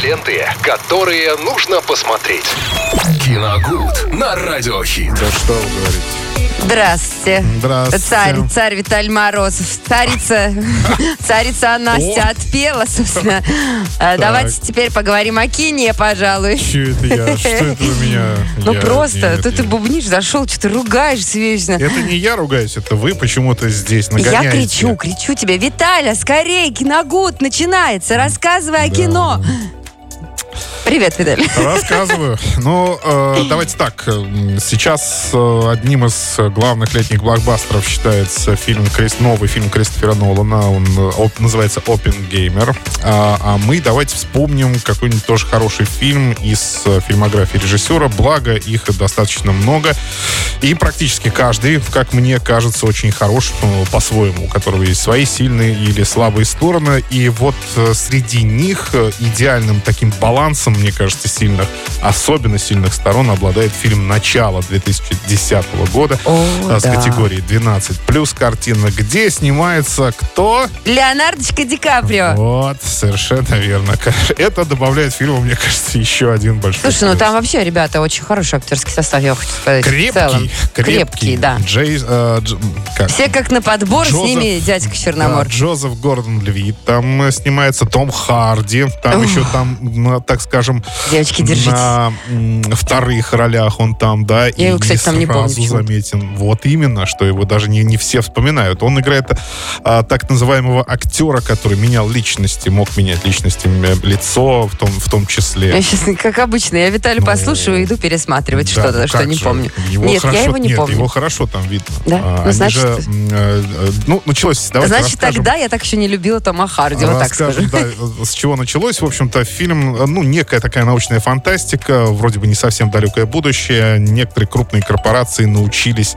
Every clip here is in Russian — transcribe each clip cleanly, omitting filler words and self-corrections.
Ленты, которые нужно посмотреть. Киногуд на Радиохит. Да что вы говорите? Здравствуйте. Здравствуйте. Царь Виталий Морозов. Царица Настя отпела, собственно. Давайте теперь поговорим о кине, пожалуй. Че это я? Что это вы меня? Ну просто, ты бубнишь, зашел, что-то ругаешься вечно. Это не я ругаюсь, это вы почему-то здесь нагоняете. Я кричу тебе: Виталя, скорей, Киногуд начинается, рассказывай о кино. Привет, Виталий. Рассказываю. Ну, давайте так. Сейчас одним из главных летних блокбастеров считается новый фильм Кристофера Нолана. Он называется «Оппенгеймер». А мы давайте вспомним какой-нибудь тоже хороший фильм из фильмографии режиссера. Благо, их достаточно много. И практически каждый, как мне кажется, очень хорош по-своему, у которого есть свои сильные или слабые стороны. И вот среди них идеальным таким балансом, мне кажется, особенно сильных сторон обладает фильм «Начало» 2010 года с категорией 12+, картина, где снимается кто? Леонардо Ди Каприо. Вот, совершенно верно. Это добавляет фильму, мне кажется, еще один большой Слушай, плюс. ну там вообще, ребята, очень хороший актерский состав, я хочу сказать. Крепкий, да. Все как на подбор, с ними дядька Черномор. Джозеф Гордон-Левитт там снимается, Том Харди, там еще так скажем, девочки, держитесь. На вторых ролях он там, да. Я его, кстати, там не помню. Сразу заметен. Вот именно, что его даже не все вспоминают. Он играет так называемого актера, который менял личности, мог менять личности, лицо в том числе. Я сейчас, как обычно, я Виталию послушаю и иду пересматривать что-то, что не помню. Нет, я его не помню. Его хорошо там видно. Да? Значит, началось. Значит, тогда я так еще не любила Тома Харди, вот так скажу. Да, с чего началось. В общем-то, фильм, некая такая научная фантастика, вроде бы не совсем далекое будущее. Некоторые крупные корпорации научились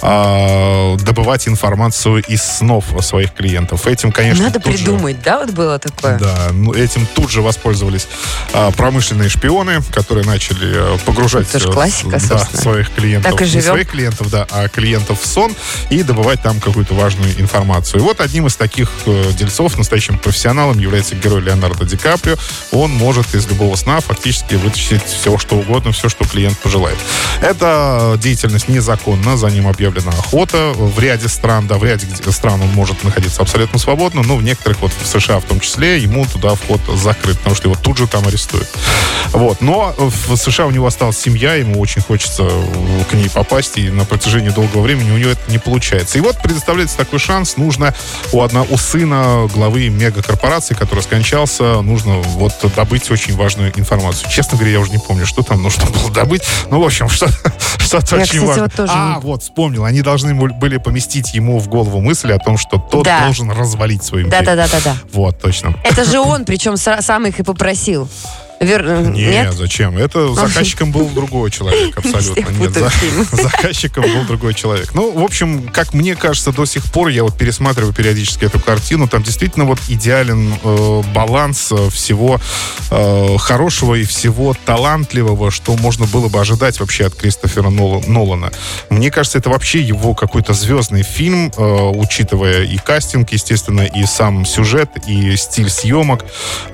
добывать информацию из снов своих клиентов. Этим, конечно, надо придумать, да, вот было такое? Да, этим тут же воспользовались промышленные шпионы, которые начали погружать классика, своих клиентов, так и живем. не своих клиентов, а клиентов в сон и добывать там какую-то важную информацию. И вот одним из таких дельцов, настоящим профессионалом, является герой Леонардо Ди Каприо. Он может из любого сна фактически вытащить все, что угодно, все, что клиент пожелает. Эта деятельность незаконна, за ним объявлена охота. В ряде стран, в ряде стран он может находиться абсолютно свободно, но в некоторых, вот в США в том числе, ему туда вход закрыт, потому что его тут же там арестуют. Вот. Но в США у него осталась семья, ему очень хочется к ней попасть, и на протяжении долгого времени у него это не получается. И вот предоставляется такой шанс, нужно у сына главы мегакорпорации, который скончался, нужно вот добыть очень важную информацию. Честно говоря, я уже не помню, что там нужно было добыть. Ну, в общем, что-то очень важное. Вот вспомнил. Они должны были поместить ему в голову мысль о том, что тот должен развалить свою империю. Да. Вот, точно. Это же он, причем сам их и попросил. Нет, зачем? Это заказчиком был другой человек, абсолютно. Нет, заказчиком был другой человек. Ну, в общем, как мне кажется, до сих пор я вот пересматриваю периодически эту картину, там действительно вот идеален баланс всего хорошего и всего талантливого, что можно было бы ожидать вообще от Кристофера Нолана. Мне кажется, это вообще его какой-то звездный фильм, учитывая и кастинг, естественно, и сам сюжет, и стиль съемок.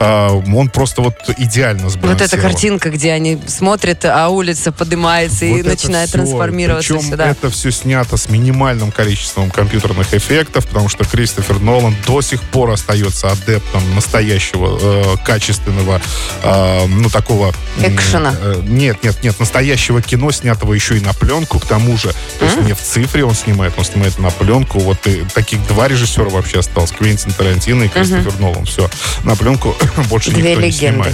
Он просто вот идеально сбалансирован. Вот эта картинка, где они смотрят, а улица поднимается вот и начинает трансформироваться. Причем это все снято с минимальным количеством компьютерных эффектов, потому что Кристофер Нолан до сих пор остается адептом настоящего, качественного, такого... экшена. Нет, настоящего кино, снятого еще и на пленку, к тому же. То есть не в цифре он снимает на пленку. Вот таких два режиссера вообще осталось. Квентин Тарантино и Кристофер Нолан. Все. На пленку больше никто не снимает.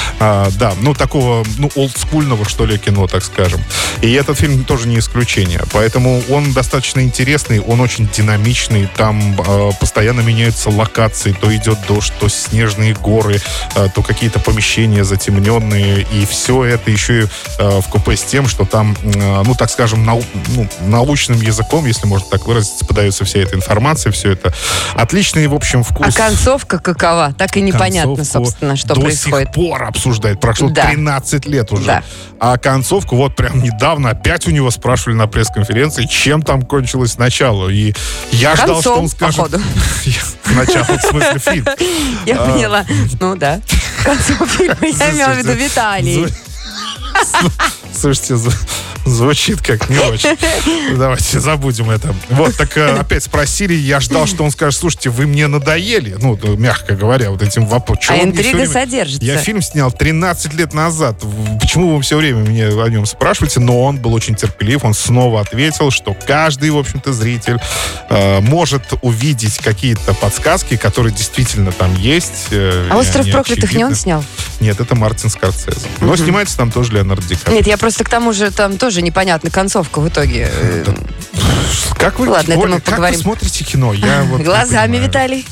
Такого, олдскульного, что ли, кино, так скажем. И этот фильм тоже не исключение. Поэтому он достаточно интересный, он очень динамичный. Там постоянно меняются локации. То идет дождь, то снежные горы, то какие-то помещения затемненные. И все это еще и вкупе с тем, что там, так скажем, научным языком, если можно так выразиться, подается вся эта информация, все это. Отличный, в общем, вкус. А концовка какова? Так и непонятно, собственно, что происходит. До сих пор обсуждают обсуждает. Прошло 13 лет уже. Да. А концовку вот прям недавно опять у него спрашивали на пресс-конференции, чем там кончилось начало. И я ждал, что он скажет... походу. Начало, в смысле, фильм. Я поняла. Ну да. К концу фильма я имела в виду Виталий. Слушайте, звучит как не очень. Давайте забудем это. Вот, так опять спросили, я ждал, что он скажет, слушайте, вы мне надоели. Ну, мягко говоря, вот этим вопросом. А интрига содержится. Я фильм снял 13 лет назад. Почему вы все время меня о нем спрашиваете? Но он был очень терпелив. Он снова ответил, что каждый, в общем-то, зритель может увидеть какие-то подсказки, которые действительно там есть. А «Остров проклятых» не он снял? Нет, это Мартин Скорсезе. Но снимается там тоже Леонардо Ди Каприо. Нет, я просто к тому же там тоже непонятна концовка в итоге. Как вы, ладно, это мы поговорим. Как вы смотрите кино? Я вот глазами, Виталий.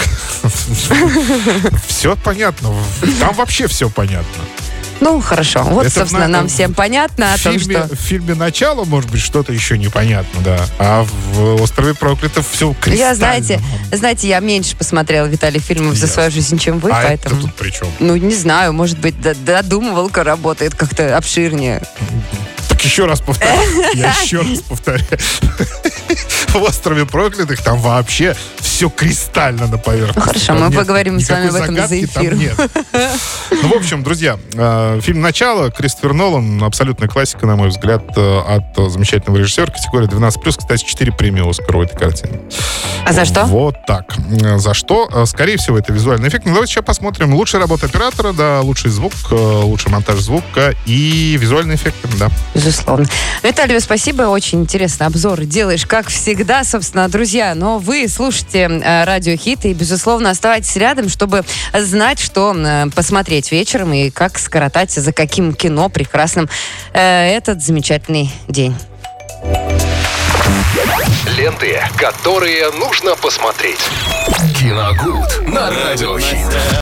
Все понятно. Там вообще все понятно. Ну, хорошо. Вот, это, собственно, нам всем понятно о том, что... В фильме «Начало», может быть, что-то еще непонятно, да. А в «Острове проклятых» все кристально. Я, знаете, я меньше посмотрела, Виталий, фильмов за свою жизнь, чем вы, поэтому... это тут при чем? Ну, не знаю, может быть, додумывалка работает как-то обширнее. Так еще раз повторяю. Я еще раз повторяю. В «Острове проклятых» там вообще все кристально на поверхности. Ну, хорошо, мы поговорим с вами об этом за эфир. Ну, в общем, друзья, фильм «Начало», Кристофер Нолан, абсолютная классика, на мой взгляд, от замечательного режиссера, категория 12+, кстати, 4 премии «Оскара» у этой картины. А за что? Вот так. За что? Скорее всего, это визуальный эффект. Но давайте сейчас посмотрим. Лучшая работа оператора, да, лучший звук, лучший монтаж звука и визуальный эффект, да. Безусловно. Виталий, спасибо. Очень интересный обзор делаешь, как всегда, собственно, друзья. Но вы слушаете Радио Хит и, безусловно, оставайтесь рядом, чтобы знать, что посмотреть вечером и как скоротать, за каким кино прекрасным этот замечательный день. Ленты, которые нужно посмотреть. Киногуд на Радио Хит.